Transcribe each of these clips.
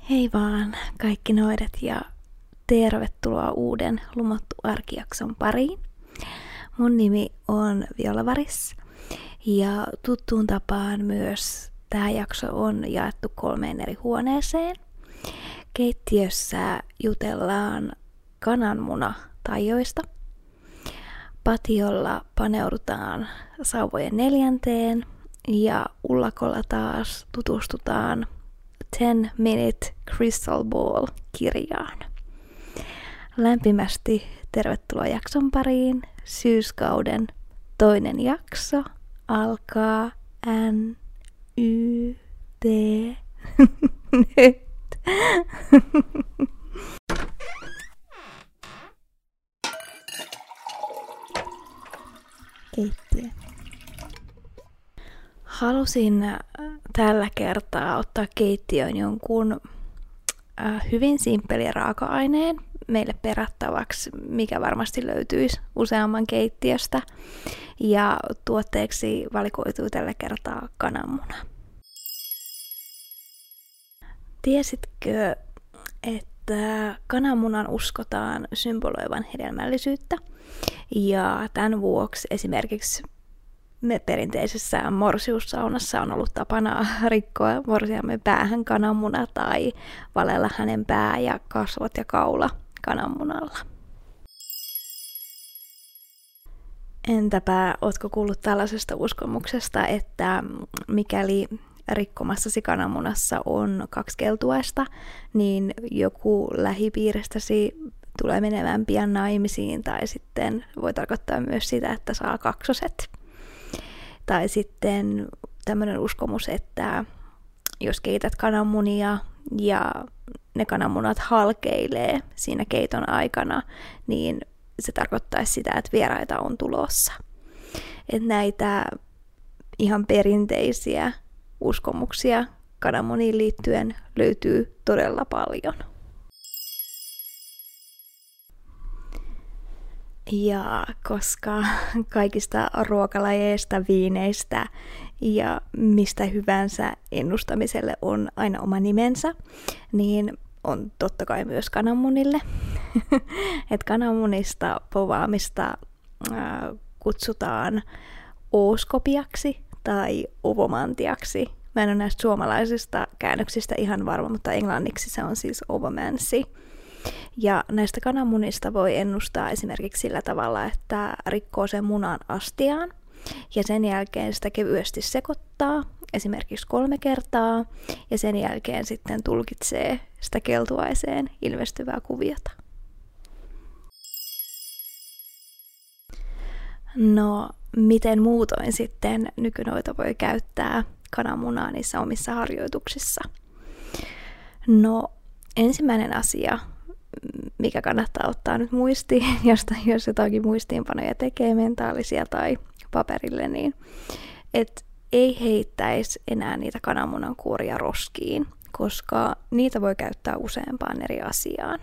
Hei vaan kaikki noidet ja tervetuloa uuden Lumattu arkijakson pariin. Mun nimi on Viola Varis ja tuttuun tapaan myös tämä jakso on jaettu 3 eri huoneeseen. Keittiössä jutellaan kananmunataijoista. Patiolla paneudutaan sauvojen 4. ja ullakolla taas tutustutaan 10 Minute Crystal Ball-kirjaan. Lämpimästi tervetuloa jakson pariin. Syyskauden 2. jakso alkaa NYT nyt. Keittiö. Halusin tällä kertaa ottaa keittiöön jonkun hyvin simppelin raaka-aineen meille perattavaksi, mikä varmasti löytyisi useamman keittiöstä. Ja tuotteeksi valikoitui tällä kertaa kananmuna. Tiesitkö, että kananmunan uskotaan symboloivan hedelmällisyyttä? Ja tämän vuoksi esimerkiksi me perinteisessä morsiussaunassa on ollut tapana rikkoa morsiamme päähän kananmuna tai valella hänen pää ja kasvot ja kaula kananmunalla. Entäpä ootko kuullut tällaisesta uskomuksesta, että mikäli rikkomassasi kananmunassa on 2 keltuaista, niin joku lähipiiristäsi tulee menemään pian naimisiin, tai sitten voi tarkoittaa myös sitä, että saa 2. Tai sitten tämmöinen uskomus, että jos keität kananmunia ja ne kananmunat halkeilee siinä keiton aikana, niin se tarkoittaisi sitä, että vieraita on tulossa. Että näitä ihan perinteisiä uskomuksia kananmuniin liittyen löytyy todella paljon. Ja koska kaikista ruokalajeista, viineistä ja mistä hyvänsä ennustamiselle on aina oma nimensä, niin on totta kai myös kananmunille. Et kananmunista povaamista kutsutaan ooskopiaksi tai ovomantiaksi. Mä en ole näistä suomalaisista käännöksistä ihan varma, mutta englanniksi se on siis ovomancy. Ja näistä kananmunista voi ennustaa esimerkiksi sillä tavalla, että rikkoo sen munan astiaan ja sen jälkeen sitä kevyesti sekoittaa, esimerkiksi 3 kertaa, ja sen jälkeen sitten tulkitsee sitä keltuaiseen ilmestyvää kuviota. No, miten muutoin sitten nykynoita voi käyttää kananmunaa niissä omissa harjoituksissa? No, ensimmäinen asia, mikä kannattaa ottaa nyt muistiin, jos jotakin muistiinpanoja tekee, mentaalisia tai paperille, niin et ei heittäisi enää niitä kananmunan kuoria roskiin, koska niitä voi käyttää useampaan eri asiaan.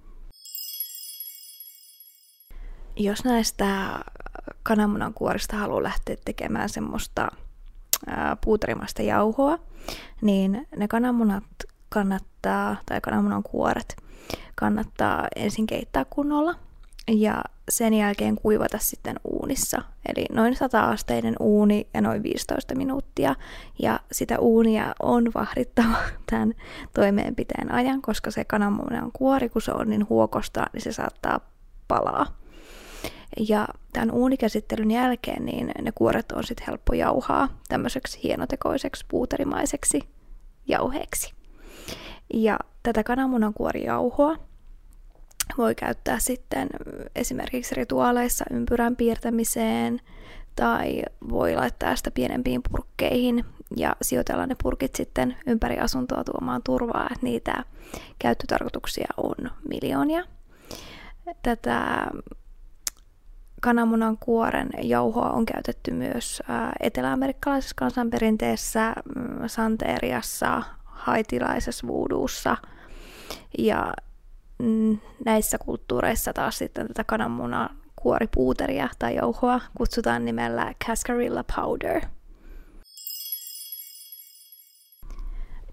Jos näistä kananmunan kuorista haluaa lähteä tekemään semmoista puuterimaista jauhoa, niin ne kananmunat tai kananmunan kuoret kannattaa ensin keittää kunnolla ja sen jälkeen kuivata sitten uunissa. Eli noin 100-asteinen uuni ja noin 15 minuuttia. Ja sitä uunia on vahdittava tämän toimeenpiteen ajan, koska se kananmunan kuori, kun se on niin huokosta, niin se saattaa palaa. Ja tämän uunikäsittelyn jälkeen niin ne kuoret on sitten helppo jauhaa tämmöiseksi hienotekoiseksi puuterimaiseksi jauheeksi. Ja tätä kananmunankuorijauhoa voi käyttää sitten esimerkiksi rituaaleissa ympyrän piirtämiseen tai voi laittaa sitä pienempiin purkkeihin ja sijoitella ne purkit sitten ympäri asuntoa tuomaan turvaa, että niitä käyttötarkoituksia on miljoonia. Tätä kananmunan kuoren jauhoa on käytetty myös eteläamerikkalaisessa kansanperinteessä, santeriassa, haitilaisessa voodoossa ja näissä kulttuureissa taas sitten tätä kananmunan kuoripuuteria tai jauhoa kutsutaan nimellä cascarilla powder.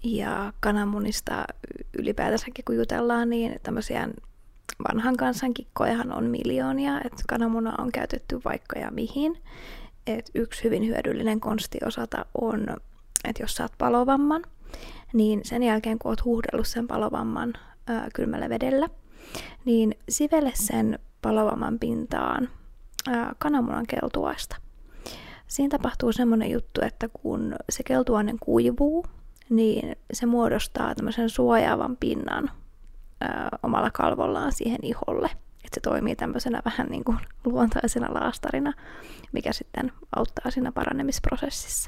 Ja kananmunista ylipäätänsäkin kun jutellaan, niin tämmöisiä vanhan kansan kikkojahan on miljoonia, että kananmuna on käytetty vaikka ja mihin. Et yksi hyvin hyödyllinen konsti osata on, että jos saat palovamman, niin sen jälkeen kun oot huuhdellut sen palovamman kylmällä vedellä, niin sivele sen palovamman pintaan kananmunan keltuaista. Siinä tapahtuu semmoinen juttu, että kun se keltuainen kuivuu, niin se muodostaa tämmöisen suojaavan pinnan omalla kalvollaan siihen iholle. Että se toimii tämmöisenä vähän niin kuin luontaisena laastarina, mikä sitten auttaa siinä paranemisprosessissa.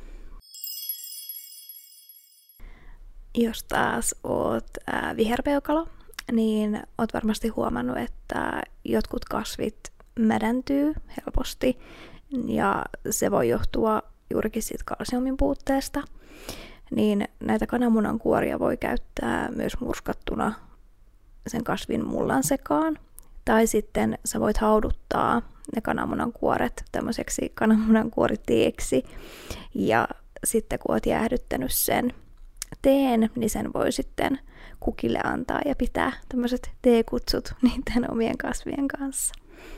Jos taas oot viherpeukalo, niin oot varmasti huomannut, että jotkut kasvit mädäntyy helposti ja se voi johtua juurikin siitä kalsiumin puutteesta. Niin näitä kananmunan kuoria voi käyttää myös murskattuna sen kasvin mullan sekaan. Tai sitten sä voit hauduttaa ne kananmunan kuoret tämmöiseksi kananmunankuoriteeksi. Ja sitten kun oot jäähdyttänyt sen teen, niin sen voi sitten kukille antaa ja pitää tämmöiset teekutsut niiden omien kasvien kanssa.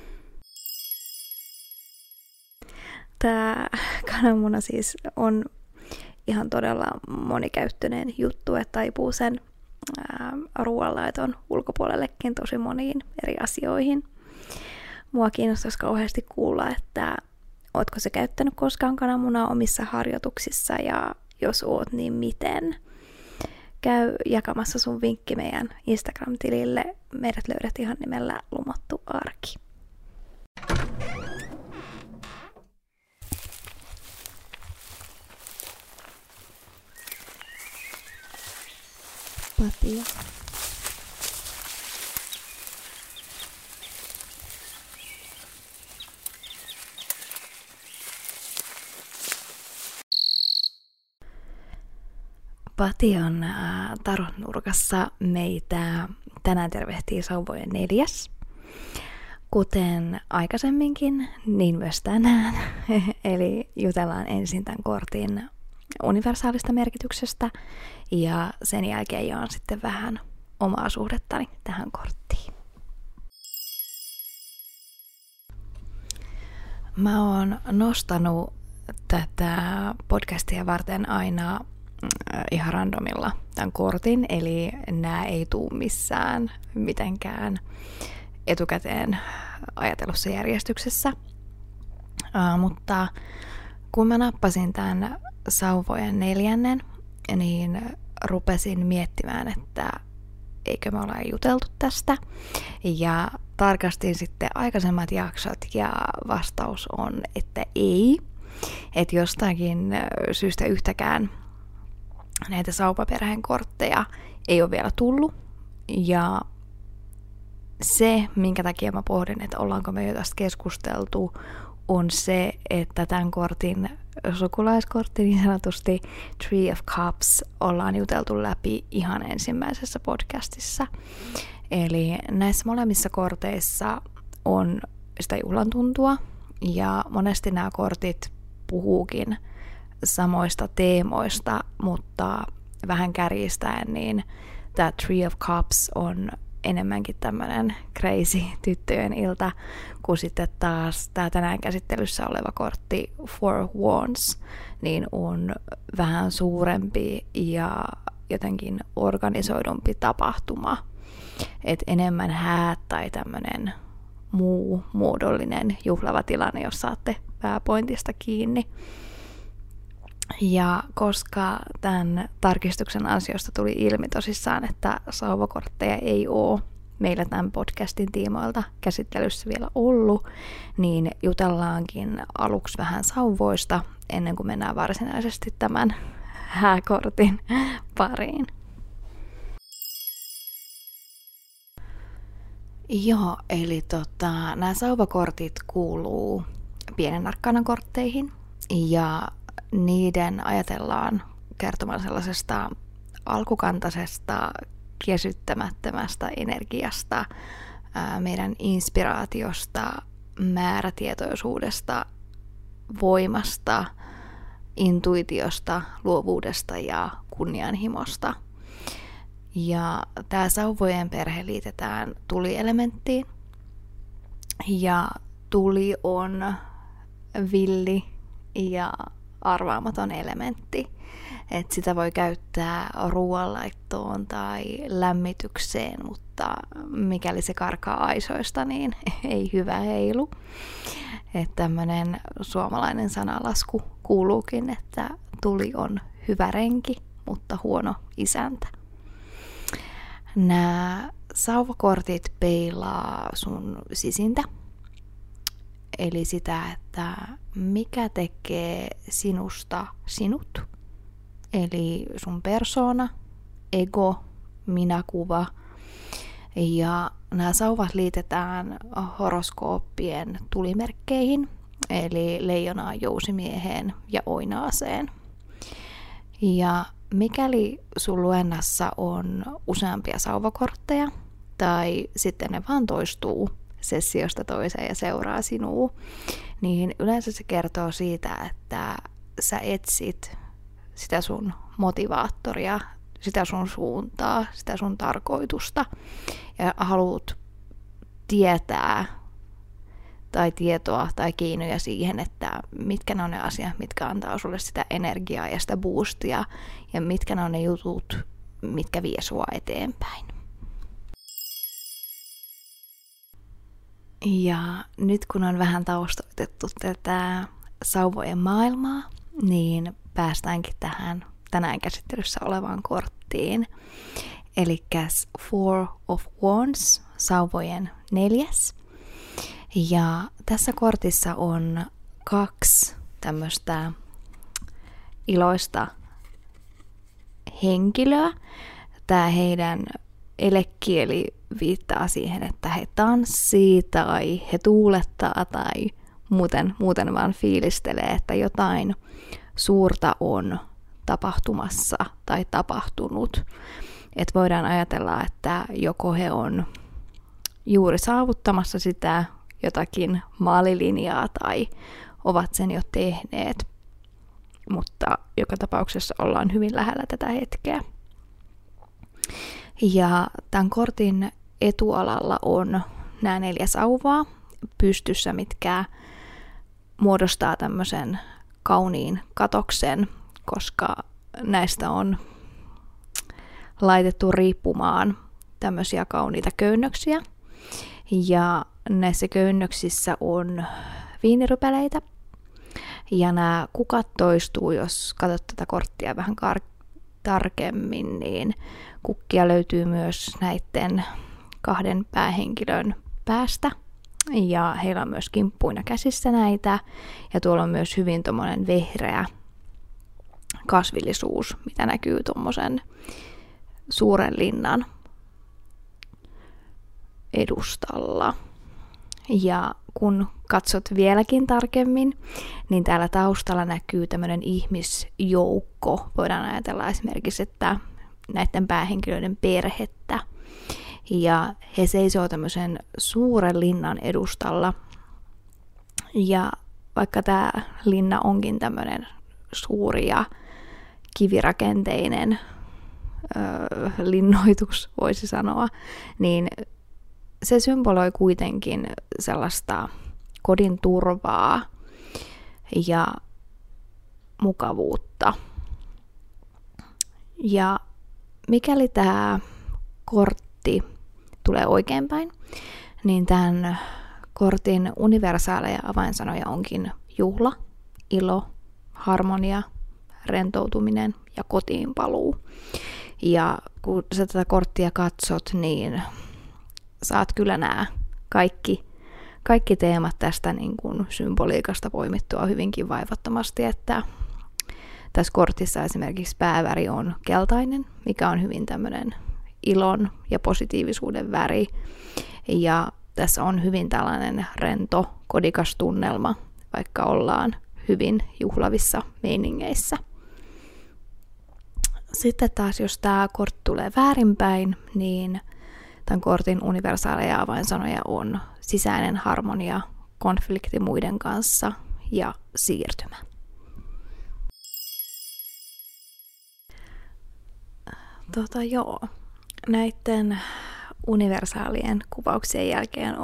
Tämä kananmuna siis on ihan todella monikäyttöinen juttu, että taipuu sen ruoanlaiton ulkopuolellekin tosi moniin eri asioihin. Mua kiinnostaisi kauheasti kuulla, että ootko sä käyttänyt koskaan kananmunaa omissa harjoituksissa ja jos oot, niin miten? Käy jakamassa sun vinkki meidän Instagram-tilille. Meidät löydät ihan nimellä Lumottu arki. Patio. Pation tarot-nurkassa meitä tänään tervehtii sauvojen 4. Kuten aikaisemminkin, niin myös tänään. Eli jutellaan ensin tämän kortin universaalista merkityksestä ja sen jälkeen jaan sitten vähän omaa suhdettani tähän korttiin. Mä oon nostanut tätä podcastia varten aina ihan randomilla tämän kortin, eli nämä ei tule missään mitenkään etukäteen ajatellussa järjestyksessä. Mutta kun mä nappasin tämän sauvojen 4, niin rupesin miettimään, että eikö me olla juteltu tästä. Ja tarkastin sitten aikaisemmat jaksot ja vastaus on, että ei. Että jostakin syystä yhtäkään näitä sauvaperheen kortteja ei ole vielä tullut. Ja se, minkä takia mä pohdin, että ollaanko me jo tästä keskusteltu, on se, että tämän kortin sukulaiskortti, niin sanotusti Three of Cups, ollaan juteltu läpi ihan ensimmäisessä podcastissa. Eli näissä molemmissa korteissa on sitä juhlan tuntua, ja monesti nämä kortit puhuukin samoista teemoista, mutta vähän kärjistäen, niin tämä Three of Cups on enemmänkin tämmöinen crazy tyttöjen ilta, kun sitten taas tämä tänään käsittelyssä oleva kortti Four of Wands, niin on vähän suurempi ja jotenkin organisoidumpi tapahtuma. Et enemmän häät tai tämmöinen muu muodollinen juhlava tilanne, jos saatte pääpointista kiinni. Ja koska tämän tarkistuksen ansiosta tuli ilmi tosissaan, että sauvakortteja ei ole meillä tämän podcastin tiimoilta käsittelyssä vielä ollut, niin jutellaankin aluksi vähän sauvoista ennen kuin mennään varsinaisesti tämän hääkortin pariin. Joo, eli nämä sauvakortit kuuluu pienen arkanan kortteihin ja niiden ajatellaan kertomaan sellaisesta alkukantaisesta, kesyttämättömästä energiasta, meidän inspiraatiosta, määrätietoisuudesta, voimasta, intuitiosta, luovuudesta ja kunnianhimosta. Ja tämä sauvojen perhe liitetään tulielementtiin. Ja tuli on villi ja arvaamaton elementti. Et sitä voi käyttää ruoanlaittoon tai lämmitykseen, mutta mikäli se karkaa aisoista, niin ei hyvä heilu. Että tämmöinen suomalainen sanalasku kuuluukin, että tuli on hyvä renki, mutta huono isäntä. Nämä sauvakortit peilaa sun sisintä. Eli sitä, että mikä tekee sinusta sinut. Eli sun persoona, ego, minäkuva. Ja nämä sauvat liitetään horoskooppien tulimerkkeihin, eli leijonaan, jousimieheen ja oinaaseen. Ja mikäli sun luennassa on useampia sauvakortteja, tai sitten ne vaan toistuu sessiosta toiseen ja seuraa sinua, niin yleensä se kertoo siitä, että sä etsit sitä sun motivaattoria, sitä sun suuntaa, sitä sun tarkoitusta ja haluat tietää tai tietoa tai keinoja siihen, että mitkä ne on ne asiat, mitkä antaa sulle sitä energiaa ja sitä boostia ja mitkä ne on ne jutut, mitkä vie sua eteenpäin. Ja nyt kun on vähän taustoitettu tätä sauvojen maailmaa, niin päästäänkin tähän tänään käsittelyssä olevaan korttiin. Elikkäs Four of Wands, sauvojen 4. Ja tässä kortissa on 2 tämmöistä iloista henkilöä. Tämä heidän elekieli viittaa siihen, että he tanssii tai he tuulettaa tai muuten vaan fiilistelee, että jotain suurta on tapahtumassa tai tapahtunut. Et voidaan ajatella, että joko he on juuri saavuttamassa sitä jotakin maalilinjaa tai ovat sen jo tehneet, mutta joka tapauksessa ollaan hyvin lähellä tätä hetkeä. Ja tämän kortin etualalla on nämä 4 sauvaa pystyssä, mitkä muodostaa tämmöisen kauniin katoksen, koska näistä on laitettu riippumaan tämmöisiä kauniita köynnöksiä. Ja näissä köynnöksissä on viinirypäleitä. Ja nämä kukat toistuu, jos katsot tätä korttia vähän tarkemmin, niin kukkia löytyy myös näiden 2 päähenkilön päästä. Ja heillä on myös kimppuina käsissä näitä. Ja tuolla on myös hyvin tommonen vehreä kasvillisuus, mitä näkyy tommosen suuren linnan edustalla. Ja kun katsot vieläkin tarkemmin, niin täällä taustalla näkyy tämmöinen ihmisjoukko. Voidaan ajatella esimerkiksi, että näiden päähenkilöiden perhettä. Ja he seisoo tämmöisen suuren linnan edustalla. Ja vaikka tämä linna onkin tämmöinen suuri ja kivirakenteinen linnoitus, voisi sanoa, niin se symboloi kuitenkin sellaista kodin turvaa ja mukavuutta. Ja mikäli tämä kortti tulee oikeinpäin, niin tämän kortin universaaleja avainsanoja onkin juhla, ilo, harmonia, rentoutuminen ja kotiinpaluu. Ja kun sä tätä korttia katsot, niin saat kyllä nämä kaikki teemat tästä niin kuin symboliikasta poimittua hyvinkin vaivattomasti, että tässä kortissa esimerkiksi pääväri on keltainen, mikä on hyvin tämmöinen ilon ja positiivisuuden väri. Ja tässä on hyvin tällainen rento, kodikas tunnelma, vaikka ollaan hyvin juhlavissa meiningeissä. Sitten taas, jos tämä kortti tulee väärinpäin, niin tämän kortin universaaleja avainsanoja on sisäinen harmonia, konflikti muiden kanssa ja siirtymä. Joo. Näiden universaalien kuvauksien jälkeen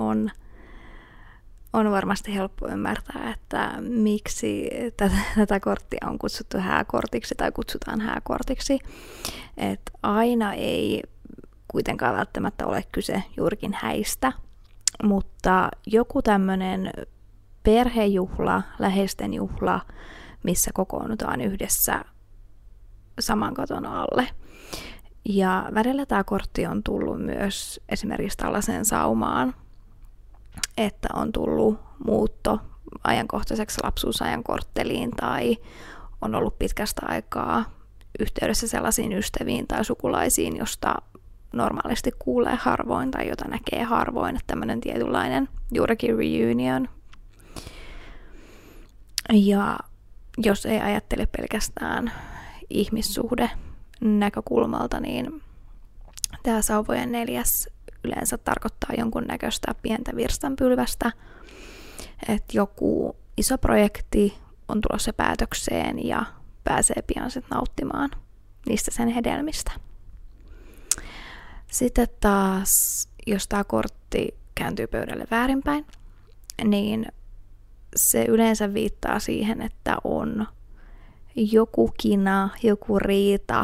on varmasti helppo ymmärtää, että miksi tätä korttia on kutsuttu hääkortiksi tai kutsutaan hääkortiksi. Että aina ei kuitenkaan välttämättä ole kyse juurikin häistä, mutta joku tämmöinen perhejuhla, läheisten juhla, missä kokoonnutaan yhdessä saman katon alle. Ja välillä tämä kortti on tullut myös esimerkiksi tällaiseen saumaan, että on tullut muutto ajankohtaiseksi lapsuusajan kortteliin tai on ollut pitkästä aikaa yhteydessä sellaisiin ystäviin tai sukulaisiin, josta normaalisti kuulee harvoin tai jota näkee harvoin, että tämmöinen tietynlainen juurikin reunion. Ja jos ei ajattele pelkästään ihmissuhde näkökulmalta, niin tämä sauvojen 4 yleensä tarkoittaa jonkunnäköistä pientä virstanpylvästä, että joku iso projekti on tulossa päätökseen ja pääsee pian sitten nauttimaan niistä sen hedelmistä. Sitten taas, jos tämä kortti kääntyy pöydälle väärinpäin, niin se yleensä viittaa siihen, että on joku kina, joku riita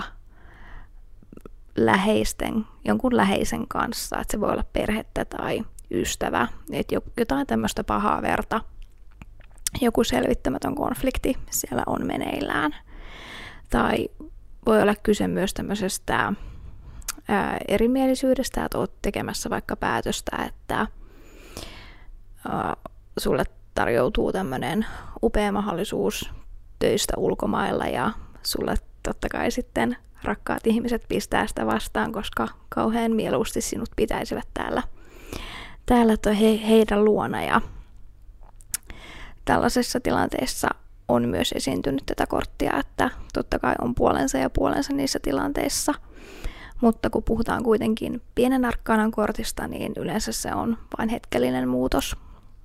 jonkun läheisen kanssa, että se voi olla perhettä tai ystävä, että jotain tämmöistä pahaa verta, joku selvittämätön konflikti siellä on meneillään. Tai voi olla kyse myös tämmöisestä erimielisyydestä, että olet tekemässä vaikka päätöstä, että sulle tarjoutuu tämmöinen upea mahdollisuus töistä ulkomailla ja sulle totta kai sitten rakkaat ihmiset pistää sitä vastaan, koska kauhean mieluusti sinut pitäisivät täällä heidän luona. Ja tällaisessa tilanteessa on myös esiintynyt tätä korttia, että totta kai on puolensa ja puolensa niissä tilanteissa. Mutta kun puhutaan kuitenkin pienen arkaanan kortista, niin yleensä se on vain hetkellinen muutos,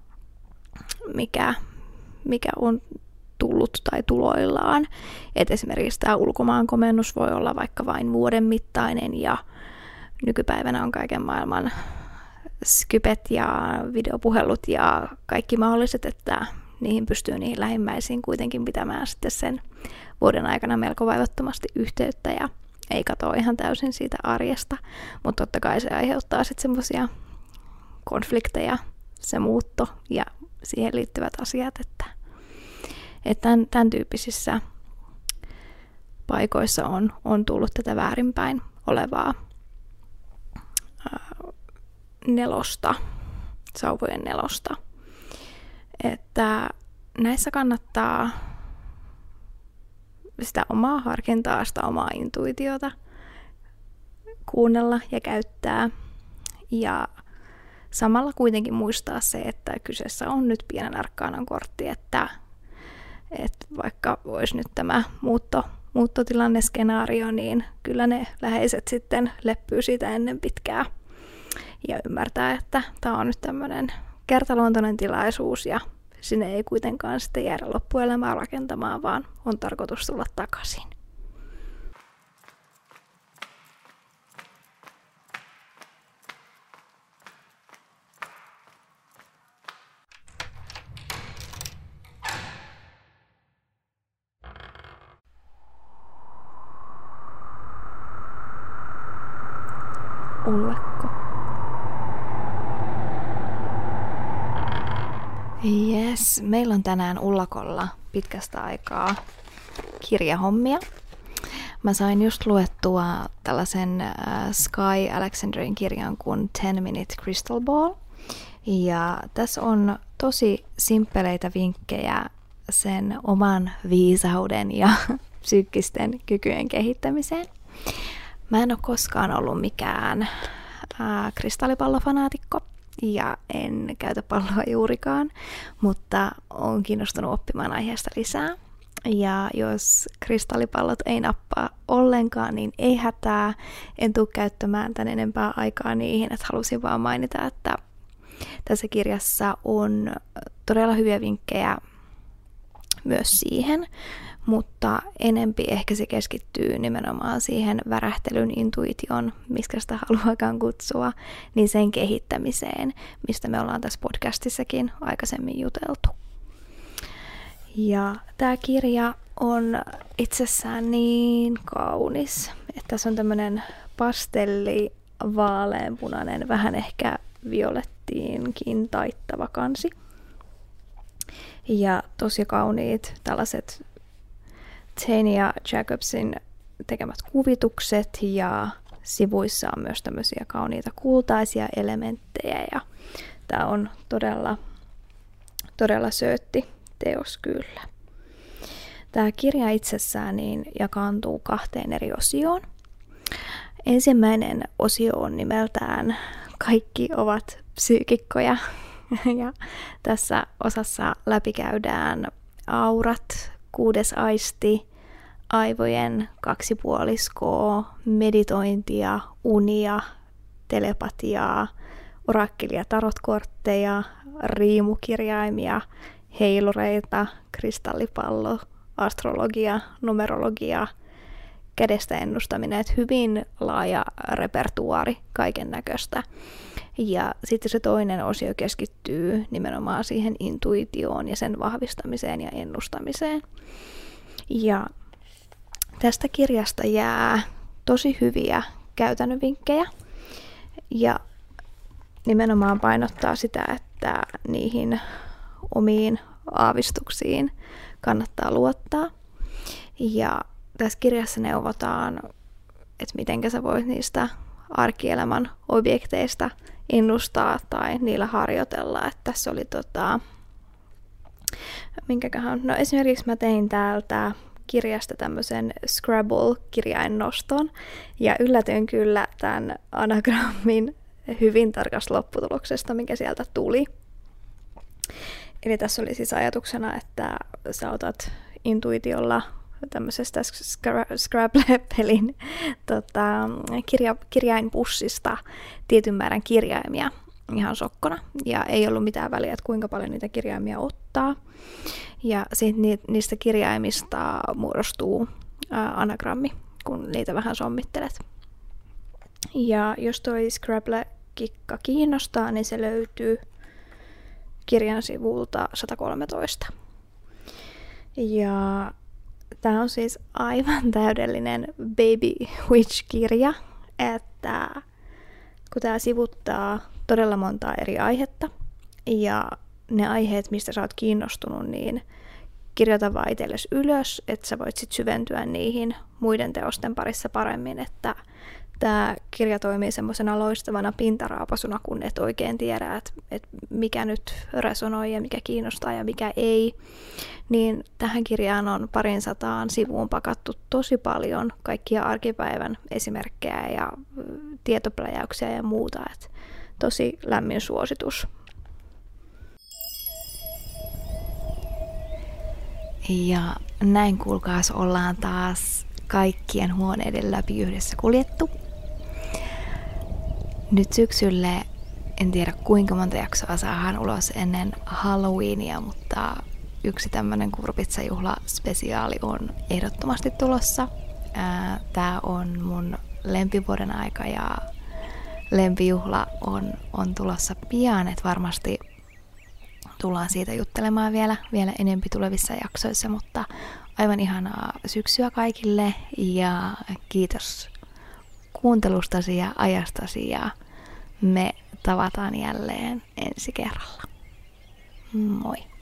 mikä on tullut tai tuloillaan. Et esimerkiksi tämä ulkomaankomennus voi olla vaikka vain vuoden mittainen ja nykypäivänä on kaiken maailman Skypet ja videopuhelut ja kaikki mahdolliset, että niihin lähimmäisiin kuitenkin pitämään sitten sen vuoden aikana melko vaivattomasti yhteyttä ja ei katoa ihan täysin siitä arjesta, mutta totta kai se aiheuttaa sitten semmoisia konflikteja, se muutto ja siihen liittyvät asiat, että tämän tyyppisissä paikoissa on tullut tätä väärinpäin olevaa sauvojen 4. Että näissä kannattaa sitä omaa harkintaa, sitä omaa intuitiota kuunnella ja käyttää. Ja samalla kuitenkin muistaa se, että kyseessä on nyt pienen arkaanan kortti, että vaikka olisi nyt tämä muuttotilanneskenaario, niin kyllä ne läheiset sitten leppyy siitä ennen pitkää ja ymmärtää, että tämä on nyt tämmöinen kertaluontoinen tilaisuus ja sinne ei kuitenkaan sitten jäädä loppuelämää rakentamaan, vaan on tarkoitus tulla takaisin. Ullakko. Yes, meillä on tänään Ullakolla pitkästä aikaa kirjahommia. Mä sain just luettua tällaisen Sky Alexanderin kirjan kuin 10 Minute Crystal Ball. Ja tässä on tosi simppeleitä vinkkejä sen oman viisauden ja psyykkisten kykyjen kehittämiseen. Mä en ole koskaan ollut mikään kristallipallofanaatikko ja en käytä palloa juurikaan, mutta olen kiinnostunut oppimaan aiheesta lisää. Ja jos kristallipallot ei nappaa ollenkaan, niin ei hätää. En tule käyttämään tän enempää aikaa niihin, että halusin vaan mainita, että tässä kirjassa on todella hyviä vinkkejä myös siihen, mutta enempi ehkä se keskittyy nimenomaan siihen värähtelyn, intuition, miksi sitä haluakaan kutsua, niin sen kehittämiseen, mistä me ollaan tässä podcastissakin aikaisemmin juteltu. Ja tämä kirja on itsessään niin kaunis, että tässä on tämmöinen pastelli, vaaleanpunainen, vähän ehkä violettiinkin taittava kansi. Ja tosi kauniit tällaiset Tania Jacobsin tekemät kuvitukset ja sivuissa on myös tämmöisiä kauniita kultaisia elementtejä ja tämä on todella söötti teos kyllä. Tämä kirja itsessään niin jakaantuu 2 eri osioon. Ensimmäinen osio on nimeltään Kaikki ovat psyykikkoja. Ja tässä osassa läpikäydään aurat, 6. aisti, aivojen 2 puoliskoa, meditointia, unia, telepatiaa, orakkelia, tarotkortteja, riimukirjaimia, heilureita, kristallipallo, astrologia, numerologia, kädestä ennustaminen, että hyvin laaja repertuaari kaiken näköistä. Ja sitten se toinen osio keskittyy nimenomaan siihen intuitioon ja sen vahvistamiseen ja ennustamiseen. Ja tästä kirjasta jää tosi hyviä käytännön vinkkejä ja nimenomaan painottaa sitä, että niihin omiin aavistuksiin kannattaa luottaa. Ja tässä kirjassa neuvotaan, että miten sä voit niistä arkielämän objekteista ennustaa tai niillä harjoitella. Että tässä oli no esimerkiksi mä tein täältä kirjasta tämmöisen Scrabble-kirjainnoston ja yllätyin kyllä tämän anagrammin hyvin tarkasta lopputuloksesta, mikä sieltä tuli. Eli tässä oli siis ajatuksena, että sä otat intuitiolla tämmöisestä Scrabble-pelin kirjainpussista tietyn määrän kirjaimia ihan sokkona. Ja ei ollut mitään väliä, että kuinka paljon niitä kirjaimia ottaa. Ja sitten niistä kirjaimista muodostuu anagrammi, kun niitä vähän sommittelet. Ja jos toi Scrabble-kikka kiinnostaa, niin se löytyy kirjan sivulta 113. Ja tämä on siis aivan täydellinen Baby Witch-kirja, että kun tämä sivuttaa todella montaa eri aihetta, ja ne aiheet, mistä sä oot kiinnostunut, niin kirjoita vaan itsellesi ylös, että sä voit sit syventyä niihin muiden teosten parissa paremmin, että tämä kirja toimii semmoisena loistavana pintaraapasuna, kun et oikein tiedä, että mikä nyt resonoi ja mikä kiinnostaa ja mikä ei. Niin tähän kirjaan on 200 sivuun pakattu tosi paljon kaikkia arkipäivän esimerkkejä ja tietopläjäyksiä ja muuta. Et tosi lämmin suositus. Ja näin kuulkaas ollaan taas kaikkien huoneiden läpi yhdessä kuljettu. Nyt syksylle en tiedä kuinka monta jaksoa saadaan ulos ennen Halloweenia, mutta yksi tämmönen kurpitsajuhla-spesiaali on ehdottomasti tulossa. Tää on mun lempivuoden aika ja lempijuhla on tulossa pian, että varmasti tullaan siitä juttelemaan vielä enempi tulevissa jaksoissa, mutta aivan ihanaa syksyä kaikille ja kiitos kuuntelustasi ja ajastasi ja me tavataan jälleen ensi kerralla. Moi!